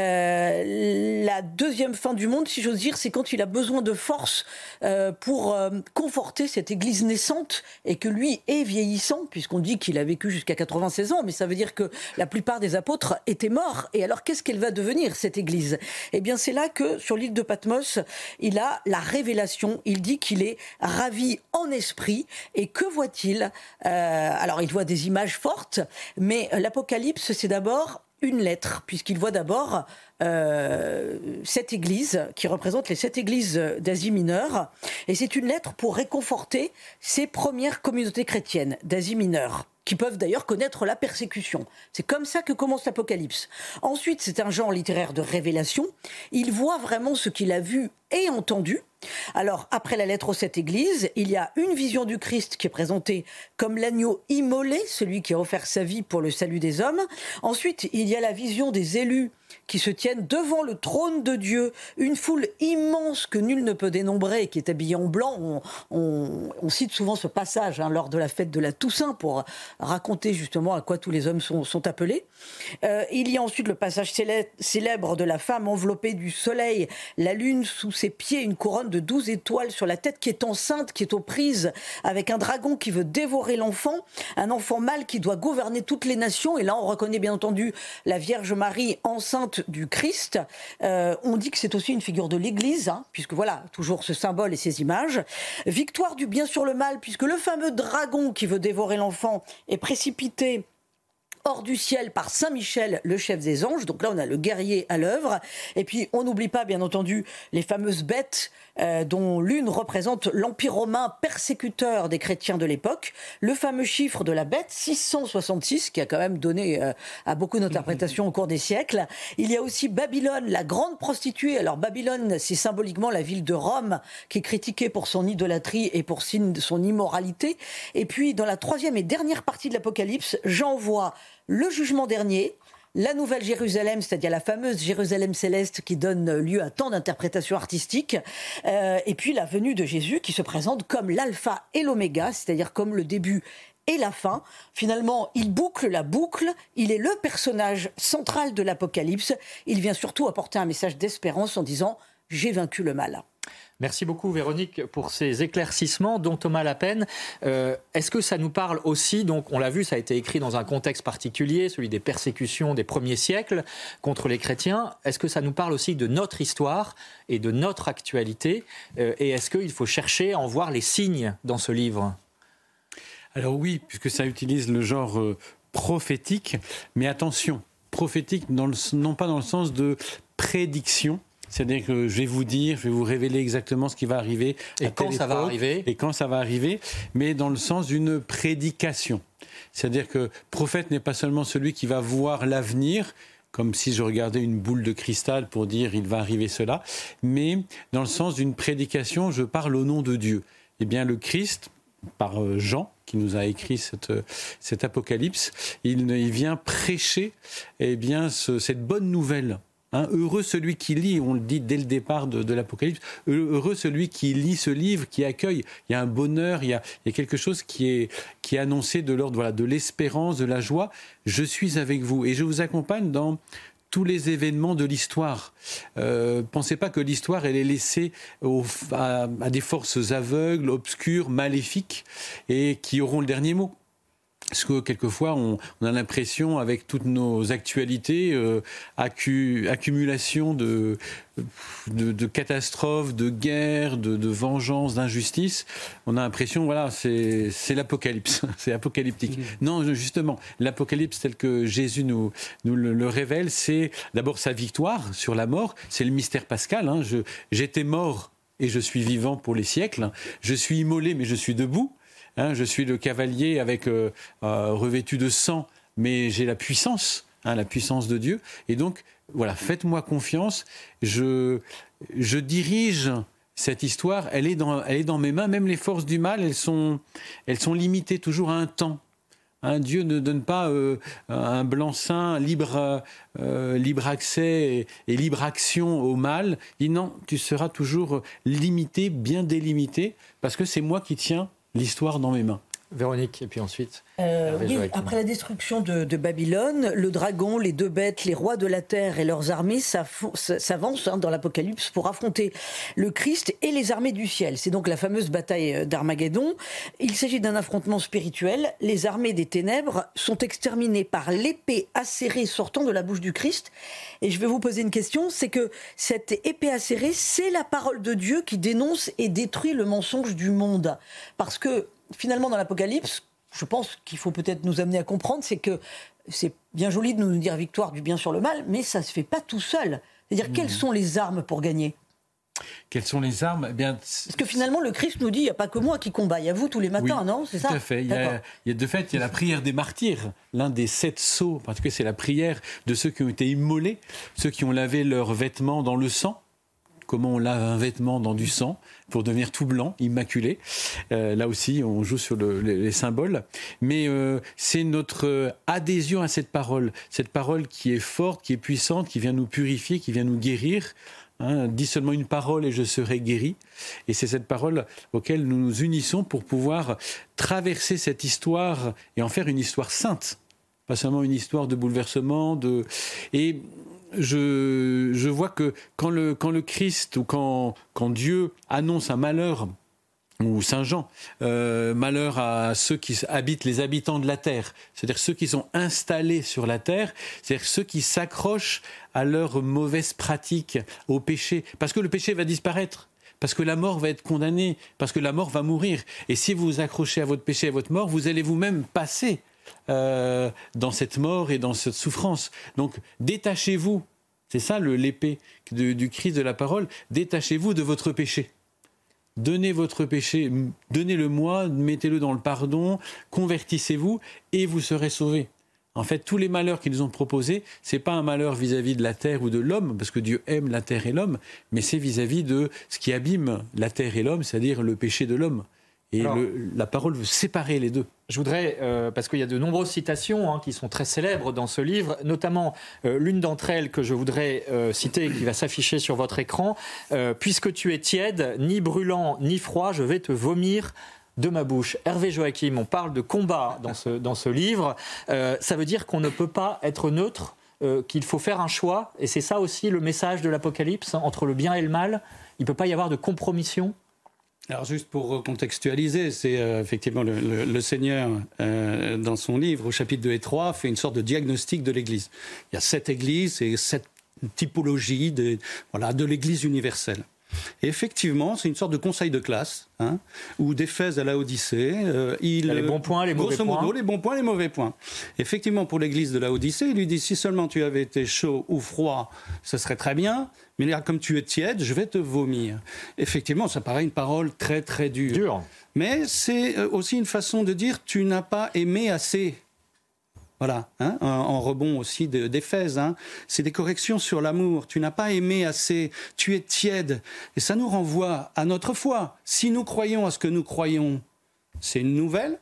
Euh, la deuxième fin du monde, si j'ose dire, c'est quand il a besoin de force euh, pour euh, conforter cette église naissante et que lui est vieillissant, puisqu'on dit qu'il a vécu jusqu'à quatre-vingt-seize ans, mais ça veut dire que la plupart des apôtres étaient morts. Et alors qu'est-ce qu'elle va devenir, cette église ? Eh bien c'est là que, sur l'île de Patmos, il a la révélation. Il dit qu'il est ravi en esprit. Et que voit-il ? euh, Alors, il voit des images fortes, mais l'Apocalypse, c'est d'abord une lettre, puisqu'il voit d'abord euh, cette église, qui représente les sept églises d'Asie mineure, et c'est une lettre pour réconforter ces premières communautés chrétiennes d'Asie mineure, qui peuvent d'ailleurs connaître la persécution. C'est comme ça que commence l'Apocalypse. Ensuite, c'est un genre littéraire de révélation. Il voit vraiment ce qu'il a vu et entendu. Alors, après la lettre aux sept églises, il y a une vision du Christ qui est présentée comme l'agneau immolé, celui qui a offert sa vie pour le salut des hommes. Ensuite, il y a la vision des élus qui se tiennent devant le trône de Dieu, une foule immense que nul ne peut dénombrer, qui est habillée en blanc. On, on, on cite souvent ce passage hein, lors de la fête de la Toussaint pour raconter justement à quoi tous les hommes sont, sont appelés. Euh, il y a ensuite le passage célèbre de la femme enveloppée du soleil, la lune sous ses pieds, une couronne de douze étoiles sur la tête, qui est enceinte, qui est aux prises, avec un dragon qui veut dévorer l'enfant, un enfant mâle qui doit gouverner toutes les nations. Et là, on reconnaît bien entendu la Vierge Marie enceinte du Christ. Euh, on dit que c'est aussi une figure de l'Église, hein, puisque voilà, toujours ce symbole et ces images. Victoire du bien sur le mal, puisque le fameux dragon qui veut dévorer l'enfant est précipité hors du ciel par Saint Michel, le chef des anges. Donc là, on a le guerrier à l'œuvre. Et puis, on n'oublie pas, bien entendu, les fameuses bêtes euh, dont l'une représente l'Empire romain persécuteur des chrétiens de l'époque. Le fameux chiffre de la bête, six cent soixante-six, qui a quand même donné euh, à beaucoup d'interprétations au cours des siècles. Il y a aussi Babylone, la grande prostituée. Alors, Babylone, c'est symboliquement la ville de Rome, qui est critiquée pour son idolâtrie et pour son immoralité. Et puis, dans la troisième et dernière partie de l'Apocalypse, Jean voit le jugement dernier, la nouvelle Jérusalem, c'est-à-dire la fameuse Jérusalem céleste qui donne lieu à tant d'interprétations artistiques, euh, et puis la venue de Jésus qui se présente comme l'alpha et l'oméga, c'est-à-dire comme le début et la fin. Finalement, il boucle la boucle, il est le personnage central de l'Apocalypse, il vient surtout apporter un message d'espérance en disant « J'ai vaincu le mal ». Merci beaucoup Véronique pour ces éclaircissements dont Thomas Lapen. Euh, est-ce que ça nous parle aussi, donc on l'a vu, ça a été écrit dans un contexte particulier, celui des persécutions des premiers siècles contre les chrétiens. Est-ce que ça nous parle aussi de notre histoire et de notre actualité euh, et est-ce qu'il faut chercher à en voir les signes dans ce livre ? Alors oui, puisque ça utilise le genre euh, prophétique, mais attention, prophétique dans le, non pas dans le sens de prédiction. C'est-à-dire que je vais vous dire, je vais vous révéler exactement ce qui va arriver. Et quand ça va arriver. Et quand ça va arriver, mais dans le sens d'une prédication. C'est-à-dire que prophète n'est pas seulement celui qui va voir l'avenir, comme si je regardais une boule de cristal pour dire il va arriver cela, mais dans le sens d'une prédication, je parle au nom de Dieu. Eh bien, le Christ, par Jean, qui nous a écrit cette, cet Apocalypse, il, il vient prêcher eh bien, ce, cette bonne nouvelle. Hein, heureux celui qui lit, on le dit dès le départ de, de l'Apocalypse, heureux celui qui lit ce livre, qui accueille. Il y a un bonheur, il y a, il y a quelque chose qui est, qui est annoncé de l'ordre voilà, de l'espérance, de la joie. Je suis avec vous et je vous accompagne dans tous les événements de l'histoire. Euh, pensez pas que l'histoire, elle est laissée au, à, à des forces aveugles, obscures, maléfiques et qui auront le dernier mot. Parce que quelquefois, on, on a l'impression, avec toutes nos actualités, euh, accu, accumulation de, de, de catastrophes, de guerres, de, de vengeances, d'injustices, on a l'impression, voilà, c'est, c'est l'apocalypse, c'est apocalyptique. Mmh. Non, justement, l'apocalypse tel que Jésus nous, nous le, le révèle, c'est d'abord sa victoire sur la mort, c'est le mystère pascal. Hein, je, j'étais mort et je suis vivant pour les siècles, je suis immolé mais je suis debout. Hein, je suis le cavalier avec euh, euh, revêtu de sang, mais j'ai la puissance, hein, la puissance de Dieu. Et donc, voilà, faites-moi confiance. Je, je dirige cette histoire. Elle est dans, elle est dans mes mains. Même les forces du mal, elles sont, elles sont limitées toujours à un temps. Hein, Dieu ne donne pas euh, un blanc-seing, libre, euh, libre accès et, et libre action au mal. Il dit non, tu seras toujours limité, bien délimité, parce que c'est moi qui tiens l'histoire dans mes mains. Véronique, et puis ensuite euh, oui, après la destruction de, de Babylone, le dragon, les deux bêtes, les rois de la terre et leurs armées s'avancent hein, dans l'Apocalypse pour affronter le Christ et les armées du ciel. C'est donc la fameuse bataille d'Armageddon. Il s'agit d'un affrontement spirituel. Les armées des ténèbres sont exterminées par l'épée acérée sortant de la bouche du Christ. Et je vais vous poser une question, c'est que cette épée acérée, c'est la parole de Dieu qui dénonce et détruit le mensonge du monde. Parce que finalement, dans l'Apocalypse, je pense qu'il faut peut-être nous amener à comprendre, c'est que c'est bien joli de nous dire victoire du bien sur le mal, mais ça ne se fait pas tout seul. C'est-à-dire, mmh. quelles sont les armes pour gagner ? Quelles sont les armes ? Eh bien, parce que finalement, le Christ nous dit, il n'y a pas que moi qui combat, il y a vous tous les matins, oui, non ? C'est ça ? Tout à fait. Il y, a, il y a de fait, il y a la prière des martyrs, l'un des sept sceaux, parce que c'est la prière de ceux qui ont été immolés, ceux qui ont lavé leurs vêtements dans le sang. Comment on lave un vêtement dans du sang pour devenir tout blanc, immaculé. Euh, là aussi, on joue sur le, les, les symboles. Mais euh, c'est notre adhésion à cette parole. Cette parole qui est forte, qui est puissante, qui vient nous purifier, qui vient nous guérir. Hein, dis seulement une parole et je serai guéri. Et c'est cette parole auquel nous nous unissons pour pouvoir traverser cette histoire et en faire une histoire sainte. Pas seulement une histoire de bouleversement. De... Et je, je vois que quand le, quand le Christ ou quand, quand Dieu annonce un malheur, ou Saint Jean, euh, malheur à ceux qui habitent, les habitants de la terre, c'est-à-dire ceux qui sont installés sur la terre, c'est-à-dire ceux qui s'accrochent à leurs mauvaises pratiques, au péché, parce que le péché va disparaître. Parce que la mort va être condamnée, parce que la mort va mourir. Et si vous vous accrochez à votre péché, à votre mort, vous allez vous-même passer euh, dans cette mort et dans cette souffrance. Donc détachez-vous, c'est ça le, l'épée de, du Christ de la parole, détachez-vous de votre péché. Donnez votre péché, donnez-le-moi, mettez-le dans le pardon, convertissez-vous et vous serez sauvés. En fait, tous les malheurs qu'ils nous ont proposés, c'est pas un malheur vis-à-vis de la terre ou de l'homme, parce que Dieu aime la terre et l'homme, mais c'est vis-à-vis de ce qui abîme la terre et l'homme, c'est-à-dire le péché de l'homme. Et Alors, le, la parole veut séparer les deux. Je voudrais, euh, parce qu'il y a de nombreuses citations hein, qui sont très célèbres dans ce livre, notamment euh, l'une d'entre elles que je voudrais euh, citer, qui va s'afficher sur votre écran. Euh, « Puisque tu es tiède, ni brûlant, ni froid, je vais te vomir de ma bouche ». Hervé Joachim, on parle de combat dans ce, dans ce livre. Euh, ça veut dire qu'on ne peut pas être neutre, euh, qu'il faut faire un choix. Et c'est ça aussi le message de l'Apocalypse, entre le bien et le mal. Il ne peut pas y avoir de compromission. Alors juste pour contextualiser, c'est euh, effectivement le, le, le Seigneur, euh, dans son livre, au chapitre deux et trois, fait une sorte de diagnostic de l'Église. Il y a sept églises et sept typologies de, voilà, de l'Église universelle. Et effectivement, c'est une sorte de conseil de classe, hein, où d'Éphèse à Laodicée, euh, il, il y a les bons points, les mauvais grosso modo, points. les bons points, les mauvais points. Effectivement, pour l'Église de Laodicée, il lui dit, si seulement tu avais été chaud ou froid, ce serait très bien, mais là, comme tu es tiède, je vais te vomir. Effectivement, ça paraît une parole très, très dure. Dur. Mais c'est aussi une façon de dire, tu n'as pas aimé assez. Voilà, hein, en rebond aussi d'Éphèse. Hein. C'est des corrections sur l'amour. Tu n'as pas aimé assez, tu es tiède. Et ça nous renvoie à notre foi. Si nous croyons à ce que nous croyons, c'est une nouvelle,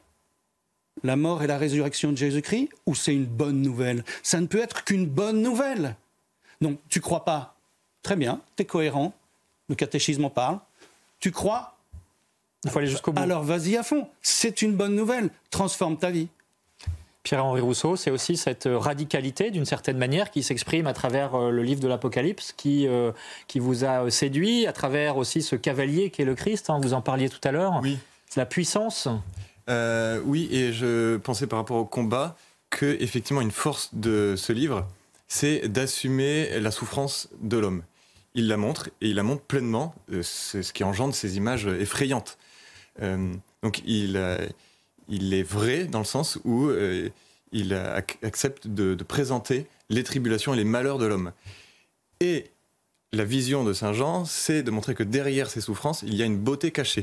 la mort et la résurrection de Jésus-Christ, ou c'est une bonne nouvelle? Ça ne peut être qu'une bonne nouvelle. Donc, tu ne crois pas? Très bien, tu es cohérent. Le catéchisme en parle. Tu crois? Il faut aller jusqu'au bout. Alors, vas-y à fond. C'est une bonne nouvelle. Transforme ta vie. Pierre-Henri Rousseau, c'est aussi cette radicalité, d'une certaine manière, qui s'exprime à travers le livre de l'Apocalypse, qui, euh, qui vous a séduit, à travers aussi ce cavalier qui est le Christ, hein, vous en parliez tout à l'heure. Oui. C'est la puissance. Euh, oui, et je pensais par rapport au combat que, effectivement, une force de ce livre, c'est d'assumer la souffrance de l'homme. Il la montre, et il la montre pleinement, c'est ce qui engendre ces images effrayantes. Euh, donc, il... Euh, Il est vrai dans le sens où euh, il ac- accepte de, de présenter les tribulations et les malheurs de l'homme. Et la vision de Saint Jean, c'est de montrer que derrière ces souffrances, il y a une beauté cachée.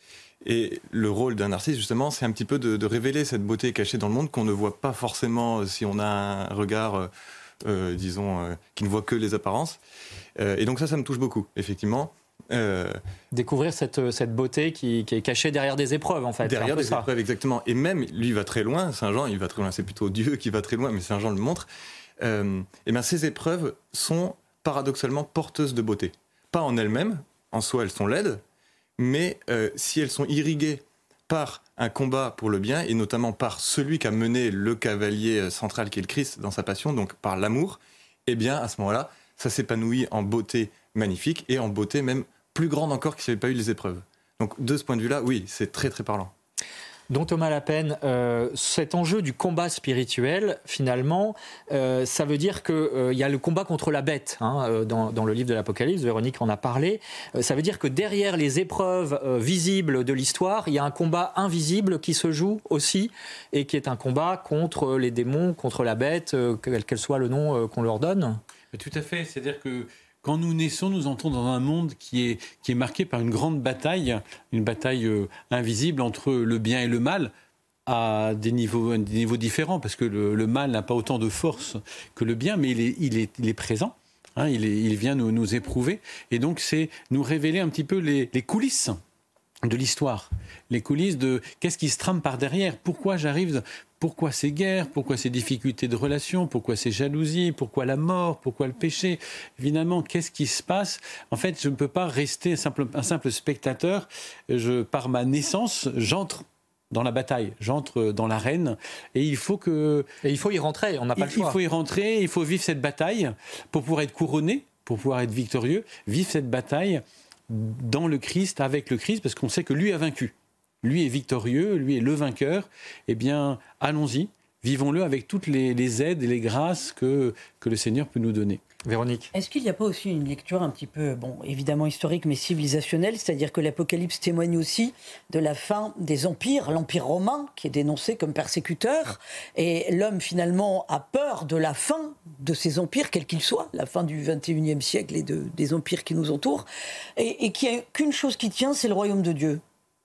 Et le rôle d'un artiste, justement, c'est un petit peu de, de révéler cette beauté cachée dans le monde qu'on ne voit pas forcément si on a un regard, euh, euh, disons, euh, qui ne voit que les apparences. Euh, et donc ça, ça me touche beaucoup, effectivement. Euh, Découvrir cette, cette beauté qui, qui est cachée derrière des épreuves, en fait. Derrière des ça. épreuves, exactement. Et même, lui, il va très loin. Saint Jean, il va très loin. C'est plutôt Dieu qui va très loin, mais Saint Jean le montre. Euh, et bien, ces épreuves sont paradoxalement porteuses de beauté. Pas en elles-mêmes, en soi, elles sont laides, mais euh, si elles sont irriguées par un combat pour le bien, et notamment par celui qui a mené le cavalier central qui est le Christ dans sa passion, donc par l'amour, eh bien, à ce moment-là, ça s'épanouit en beauté magnifique et en beauté même plus grande encore qu'il n'y avait pas eu les épreuves. Donc de ce point de vue-là, oui, c'est très très parlant. Don Thomas Lapen, euh, cet enjeu du combat spirituel, finalement, euh, ça veut dire qu'il euh, y a le combat contre la bête, hein, euh, dans, dans le livre de l'Apocalypse, Véronique en a parlé. Euh, ça veut dire que derrière les épreuves euh, visibles de l'histoire, il y a un combat invisible qui se joue aussi, et qui est un combat contre les démons, contre la bête, euh, quel qu'elle soit le nom euh, qu'on leur donne. Tout à fait, c'est-à-dire que quand nous naissons, nous entrons dans un monde qui est, qui est marqué par une grande bataille, une bataille euh, invisible entre le bien et le mal, à des niveaux, des niveaux différents, parce que le, le mal n'a pas autant de force que le bien, mais il est, il est, il est présent, hein, il, est, il vient nous, nous éprouver, et donc c'est nous révéler un petit peu les, les coulisses de l'histoire, les coulisses de qu'est-ce qui se trame par derrière, pourquoi j'arrive, pourquoi ces guerres, pourquoi ces difficultés de relations, pourquoi ces jalousies, pourquoi la mort, pourquoi le péché, évidemment, qu'est-ce qui se passe? En fait, je ne peux pas rester un simple, un simple spectateur, je, par ma naissance, j'entre dans la bataille, j'entre dans l'arène, et il faut que... Et il faut y rentrer, on n'a pas il, le choix. Il faut y rentrer, il faut vivre cette bataille, pour pouvoir être couronné, pour pouvoir être victorieux, vivre cette bataille dans le Christ, avec le Christ, parce qu'on sait que lui a vaincu. Lui est victorieux, lui est le vainqueur. Eh bien, allons-y, vivons-le avec toutes les, les aides et les grâces que, que le Seigneur peut nous donner. Véronique. Est-ce qu'il n'y a pas aussi une lecture un petit peu, bon, évidemment historique, mais civilisationnelle, c'est-à-dire que l'Apocalypse témoigne aussi de la fin des empires, l'Empire romain, qui est dénoncé comme persécuteur, et l'homme finalement a peur de la fin de ces empires, quels qu'ils soient, la fin du vingt et unième siècle et de, des empires qui nous entourent, et, et qu'il n'y a qu'une chose qui tient, c'est le royaume de Dieu.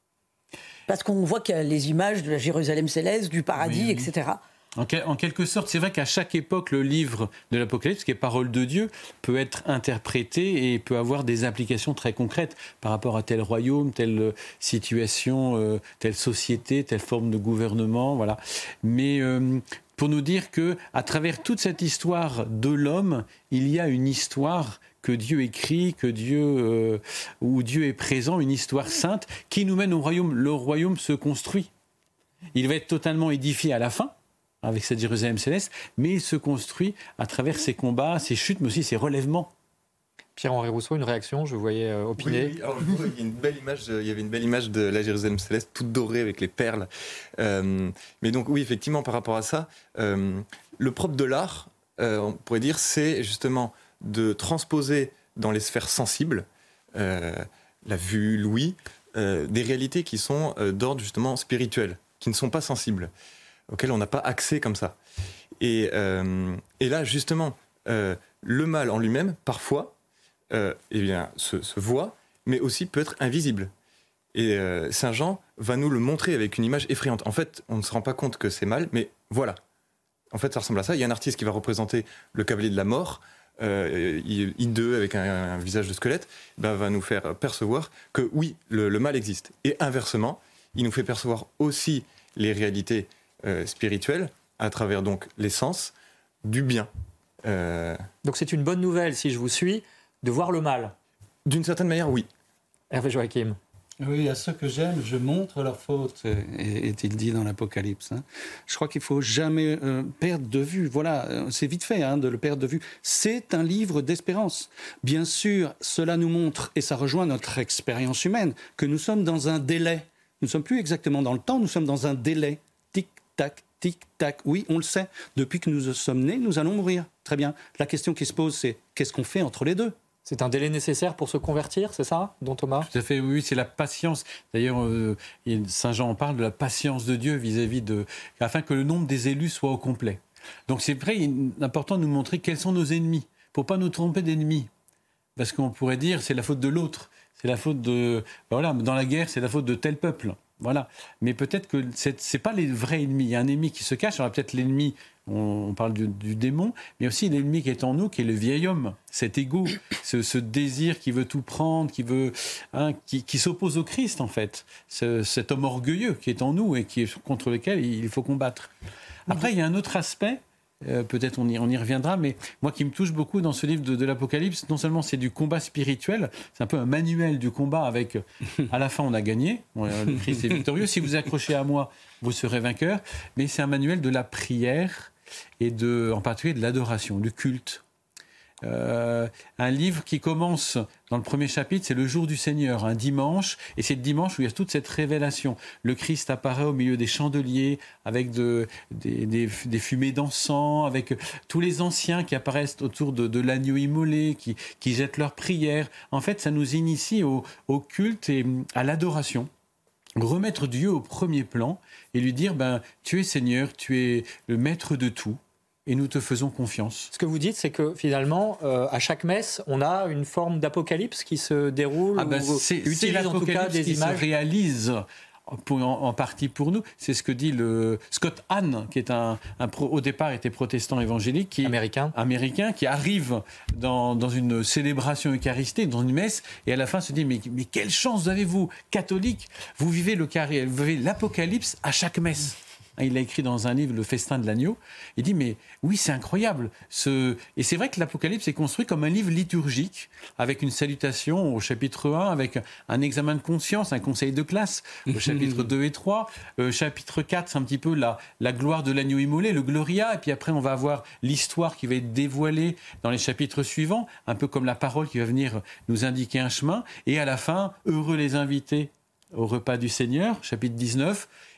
Parce qu'on voit qu'il y a les images de la Jérusalem céleste, du paradis, oui, oui. et cetera. En, quel, en quelque sorte, c'est vrai qu'à chaque époque, le livre de l'Apocalypse, qui est parole de Dieu, peut être interprété et peut avoir des implications très concrètes par rapport à tel royaume, telle situation, euh, telle société, telle forme de gouvernement, voilà. Mais euh, pour nous dire que, à travers toute cette histoire de l'homme, il y a une histoire que Dieu écrit, que Dieu, euh, où Dieu est présent, une histoire sainte qui nous mène au royaume. Le royaume se construit. Il va être totalement édifié à la fin, avec cette Jérusalem céleste, mais il se construit à travers ses combats, ses chutes, mais aussi ses relèvements. Pierre-Henri Rousseau, une réaction, je vous voyais euh, opiner. Oui, oui. Alors, il, y a une belle image, il y avait une belle image de la Jérusalem céleste, toute dorée avec les perles. Euh, mais donc oui, effectivement, par rapport à ça, euh, le propre de l'art, euh, on pourrait dire, c'est justement de transposer dans les sphères sensibles, euh, la vue, l'ouïe, euh, des réalités qui sont euh, d'ordre justement spirituel, qui ne sont pas sensibles, auxquelles on n'a pas accès comme ça. Et, euh, et là, justement, euh, le mal en lui-même, parfois, euh, eh bien, se, se voit, mais aussi peut être invisible. Et euh, Saint Jean va nous le montrer avec une image effrayante. En fait, on ne se rend pas compte que c'est mal, mais voilà. En fait, ça ressemble à ça. Il y a un artiste qui va représenter le cavalier de la mort, euh, hideux, avec un, un visage de squelette, ben, va nous faire percevoir que oui, le, le mal existe. Et inversement, il nous fait percevoir aussi les réalités Euh, spirituel, à travers donc les sens du bien. Euh... Donc c'est une bonne nouvelle, si je vous suis, de voir le mal. D'une certaine manière, oui. Hervé Joachim. Oui, à ceux que j'aime, je montre leurs fautes, est-il dit dans l'Apocalypse. Hein. Je crois qu'il ne faut jamais euh, perdre de vue. Voilà, c'est vite fait hein, de le perdre de vue. C'est un livre d'espérance. Bien sûr, cela nous montre, et ça rejoint notre expérience humaine, que nous sommes dans un délai. Nous ne sommes plus exactement dans le temps, nous sommes dans un délai. Tic-tac, tic-tac. Oui, on le sait. Depuis que nous sommes nés, nous allons mourir. Très bien. La question qui se pose, c'est qu'est-ce qu'on fait entre les deux ? C'est un délai nécessaire pour se convertir, c'est ça, don Thomas ? Tout à fait, oui, c'est la patience. D'ailleurs, euh, Saint Jean en parle de la patience de Dieu vis-à-vis de... afin que le nombre des élus soit au complet. Donc c'est vrai, il est important de nous montrer quels sont nos ennemis, pour ne pas nous tromper d'ennemis. Parce qu'on pourrait dire, c'est la faute de l'autre. C'est la faute de... Voilà, dans la guerre, c'est la faute de tel peuple. Voilà. Mais peut-être que ce n'est pas les vrais ennemis. Il y a un ennemi qui se cache. Alors peut-être l'ennemi, on, on parle du, du démon, mais aussi l'ennemi qui est en nous, qui est le vieil homme, cet égo, ce, ce désir qui veut tout prendre, qui, veut, hein, qui, qui s'oppose au Christ, en fait. Ce, cet homme orgueilleux qui est en nous et qui est, contre lequel il faut combattre. Après, il y a un autre aspect. Euh, peut-être on y, on y reviendra, mais moi qui me touche beaucoup dans ce livre de, de l'Apocalypse, non seulement c'est du combat spirituel, c'est un peu un manuel du combat avec, à la fin on a gagné, le Christ est victorieux, si vous accrochez à moi, vous serez vainqueur, mais c'est un manuel de la prière et de, en particulier de l'adoration, du culte. Euh, un livre qui commence dans le premier chapitre, c'est le jour du Seigneur, un dimanche, et c'est le dimanche où il y a toute cette révélation. Le Christ apparaît au milieu des chandeliers avec de, des, des, des fumées d'encens, avec tous les anciens qui apparaissent autour de, de l'agneau immolé, qui, qui jettent leurs prières. En fait, ça nous initie au, au culte et à l'adoration. Remettre Dieu au premier plan et lui dire, ben, tu es Seigneur, tu es le maître de tout. Et nous te faisons confiance. Ce que vous dites, c'est que finalement, euh, à chaque messe, on a une forme d'apocalypse qui se déroule, ah ben ou c'est, utilise c'est en tout cas des qui images. Se réalise pour, en, en partie pour nous. C'est ce que dit le Scott Hahn, qui est un, un pro, au départ était protestant évangélique, qui américain, américain, qui arrive dans, dans une célébration eucharistique, dans une messe, et à la fin se dit mais, mais quelle chance avez-vous, catholiques, vous vivez le carré, vous vivez l'Apocalypse à chaque messe. Il l'a écrit dans un livre, Le Festin de l'Agneau. Il dit, mais oui, c'est incroyable. Ce... Et c'est vrai que l'Apocalypse est construit comme un livre liturgique, avec une salutation au chapitre un, avec un examen de conscience, un conseil de classe, au chapitre deux et trois. Euh, chapitre quatre, c'est un petit peu la, la gloire de l'agneau immolé, le Gloria. Et puis après, on va avoir l'histoire qui va être dévoilée dans les chapitres suivants, un peu comme la parole qui va venir nous indiquer un chemin. Et à la fin, heureux les invités au repas du Seigneur, chapitre dix-neuf.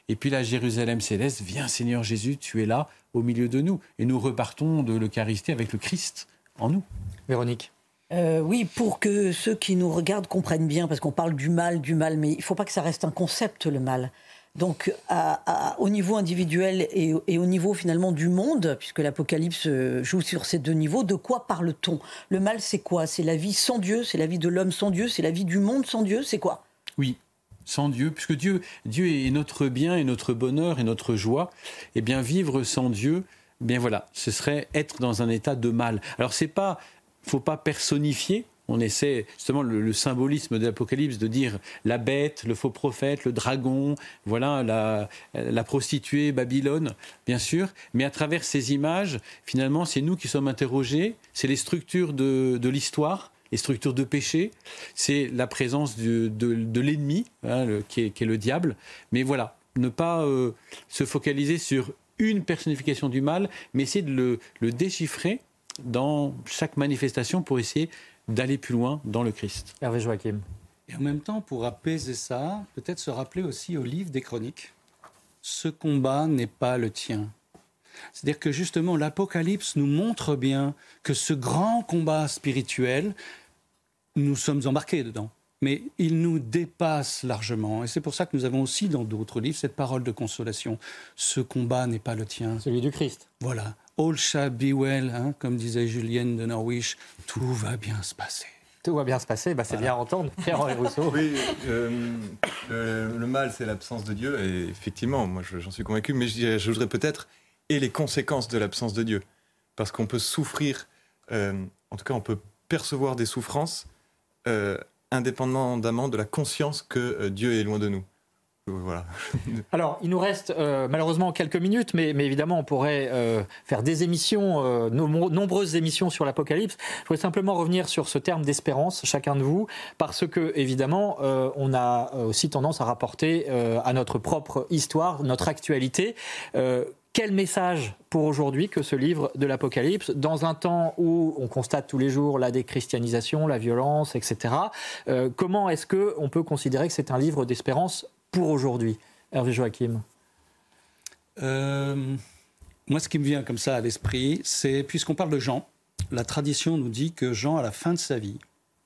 Et puis la Jérusalem céleste, viens Seigneur Jésus, tu es là au milieu de nous. Et nous repartons de l'Eucharistie avec le Christ en nous. Véronique. Euh, oui, pour que ceux qui nous regardent comprennent bien, parce qu'on parle du mal, du mal, mais il ne faut pas que ça reste un concept, le mal. Donc, à, à, au niveau individuel et, et au niveau finalement du monde, puisque l'Apocalypse joue sur ces deux niveaux, de quoi parle-t-on ? Le mal, c'est quoi ? C'est la vie sans Dieu, c'est la vie de l'homme sans Dieu, c'est la vie du monde sans Dieu, c'est quoi ? Oui, sans Dieu, puisque Dieu, Dieu est notre bien et notre bonheur et notre joie. Eh bien, vivre sans Dieu, eh bien voilà, ce serait être dans un état de mal. Alors, c'est pas, faut pas personnifier. On essaie, justement, le, le symbolisme de l'Apocalypse, de dire la bête, le faux prophète, le dragon, voilà, la, la prostituée, Babylone, bien sûr. Mais à travers ces images, finalement, c'est nous qui sommes interrogés, c'est les structures de, de l'histoire, les structures de péché, c'est la présence de, de, de l'ennemi, hein, le, qui, est, qui est le diable. Mais voilà, ne pas euh, se focaliser sur une personnification du mal, mais essayer de le, le déchiffrer dans chaque manifestation pour essayer d'aller plus loin dans le Christ. Hervé Joachim. Et en même temps, pour apaiser ça, peut-être se rappeler aussi au livre des Chroniques, ce combat n'est pas le tien. C'est-à-dire que justement, l'Apocalypse nous montre bien que ce grand combat spirituel, nous sommes embarqués dedans, mais il nous dépasse largement. Et c'est pour ça que nous avons aussi dans d'autres livres cette parole de consolation. Ce combat n'est pas le tien. Celui du Christ. Voilà. All shall be well, hein, comme disait Julienne de Norwich, tout va bien se passer. Tout va bien se passer, bah c'est voilà. Bien à entendre, Pierre-Henri Rousseau. Oui, euh, le, le mal, c'est l'absence de Dieu, et effectivement, moi j'en suis convaincu, mais j'ajouterais peut-être, et les conséquences de l'absence de Dieu. Parce qu'on peut souffrir, euh, en tout cas on peut percevoir des souffrances, euh, indépendamment de la conscience que euh, Dieu est loin de nous. Voilà. Alors, il nous reste euh, malheureusement quelques minutes, mais, mais évidemment, on pourrait euh, faire des émissions, euh, nom- nombreuses émissions sur l'Apocalypse. Je voudrais simplement revenir sur ce terme d'espérance, chacun de vous, parce que, évidemment, euh, on a aussi tendance à rapporter euh, à notre propre histoire, notre actualité. Euh, Quel message pour aujourd'hui que ce livre de l'Apocalypse, dans un temps où on constate tous les jours la déchristianisation, la violence, et cetera. Euh, comment est-ce qu'on peut considérer que c'est un livre d'espérance pour aujourd'hui, Hervé Joachim ? euh, Moi, ce qui me vient comme ça à l'esprit, c'est, puisqu'on parle de Jean, la tradition nous dit que Jean, à la fin de sa vie,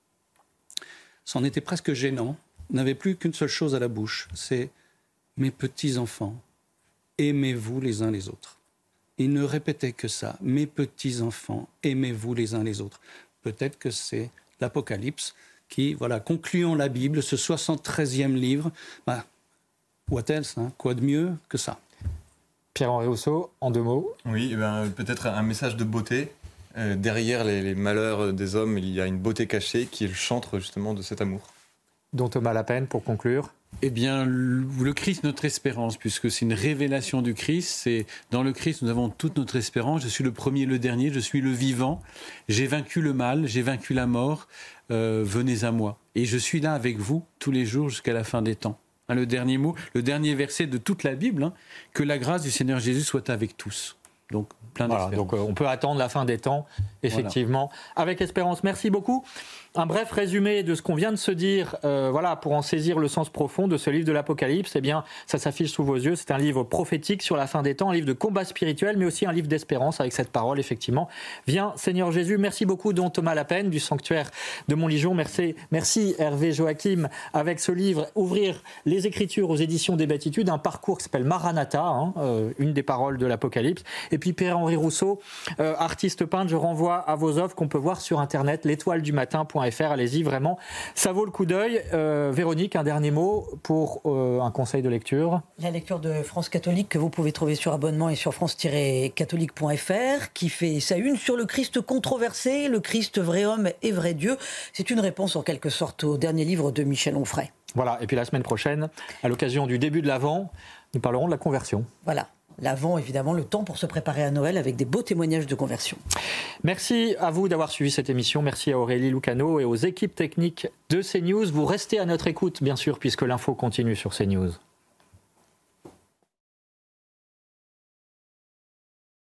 c'en était presque gênant, n'avait plus qu'une seule chose à la bouche, c'est « mes petits-enfants, aimez-vous les uns les autres ». Il ne répétait que ça, « mes petits-enfants, aimez-vous les uns les autres ». Peut-être que c'est l'Apocalypse qui, voilà, concluant la Bible, ce soixante-treizième livre, bah, what else, hein, quoi de mieux que ça ? Pierre-Henri Rousseau, en deux mots. Oui, eh ben, peut-être un message de beauté. Euh, derrière les, les malheurs des hommes, il y a une beauté cachée qui est le chantre justement de cet amour. Dont Thomas Lapen, pour conclure. Eh bien, le Christ, notre espérance, puisque c'est une révélation du Christ. C'est, dans le Christ, nous avons toute notre espérance. Je suis le premier, le dernier, je suis le vivant. J'ai vaincu le mal, j'ai vaincu la mort. Euh, venez à moi. Et je suis là avec vous tous les jours jusqu'à la fin des temps. Hein, le dernier mot, le dernier verset de toute la Bible, hein, que la grâce du Seigneur Jésus soit avec tous. Donc, plein voilà, d'espérance. donc euh, on peut attendre la fin des temps, effectivement, voilà. Avec espérance. Merci beaucoup. Un bref résumé de ce qu'on vient de se dire, euh, voilà, pour en saisir le sens profond de ce livre de l'Apocalypse. Eh bien, ça s'affiche sous vos yeux. C'est un livre prophétique sur la fin des temps, un livre de combat spirituel, mais aussi un livre d'espérance avec cette parole, effectivement. Viens, Seigneur Jésus. Merci beaucoup, don Thomas Lapen, du sanctuaire de Montligeon. Merci, merci Hervé Joachim, avec ce livre, Ouvrir les Écritures aux éditions des Béatitudes, un parcours qui s'appelle Maranatha, hein, euh, une des paroles de l'Apocalypse. Et puis Pierre-Henri Rousseau, euh, artiste peintre, je renvoie à vos œuvres qu'on peut voir sur Internet, l'étoile du matin point f r. Allez-y, vraiment, ça vaut le coup d'œil. Euh, Véronique, un dernier mot pour euh, un conseil de lecture. La lecture de France Catholique que vous pouvez trouver sur abonnement et sur france tiret catholique point f r, qui fait sa une sur le Christ controversé, le Christ vrai homme et vrai Dieu. C'est une réponse en quelque sorte au dernier livre de Michel Onfray. Voilà, et puis la semaine prochaine, à l'occasion du début de l'Avent, nous parlerons de la conversion. Voilà. L'Avent, évidemment, le temps pour se préparer à Noël avec des beaux témoignages de conversion. Merci à vous d'avoir suivi cette émission. Merci à Aurélie Lucano et aux équipes techniques de CNews. Vous restez à notre écoute, bien sûr, puisque l'info continue sur CNews.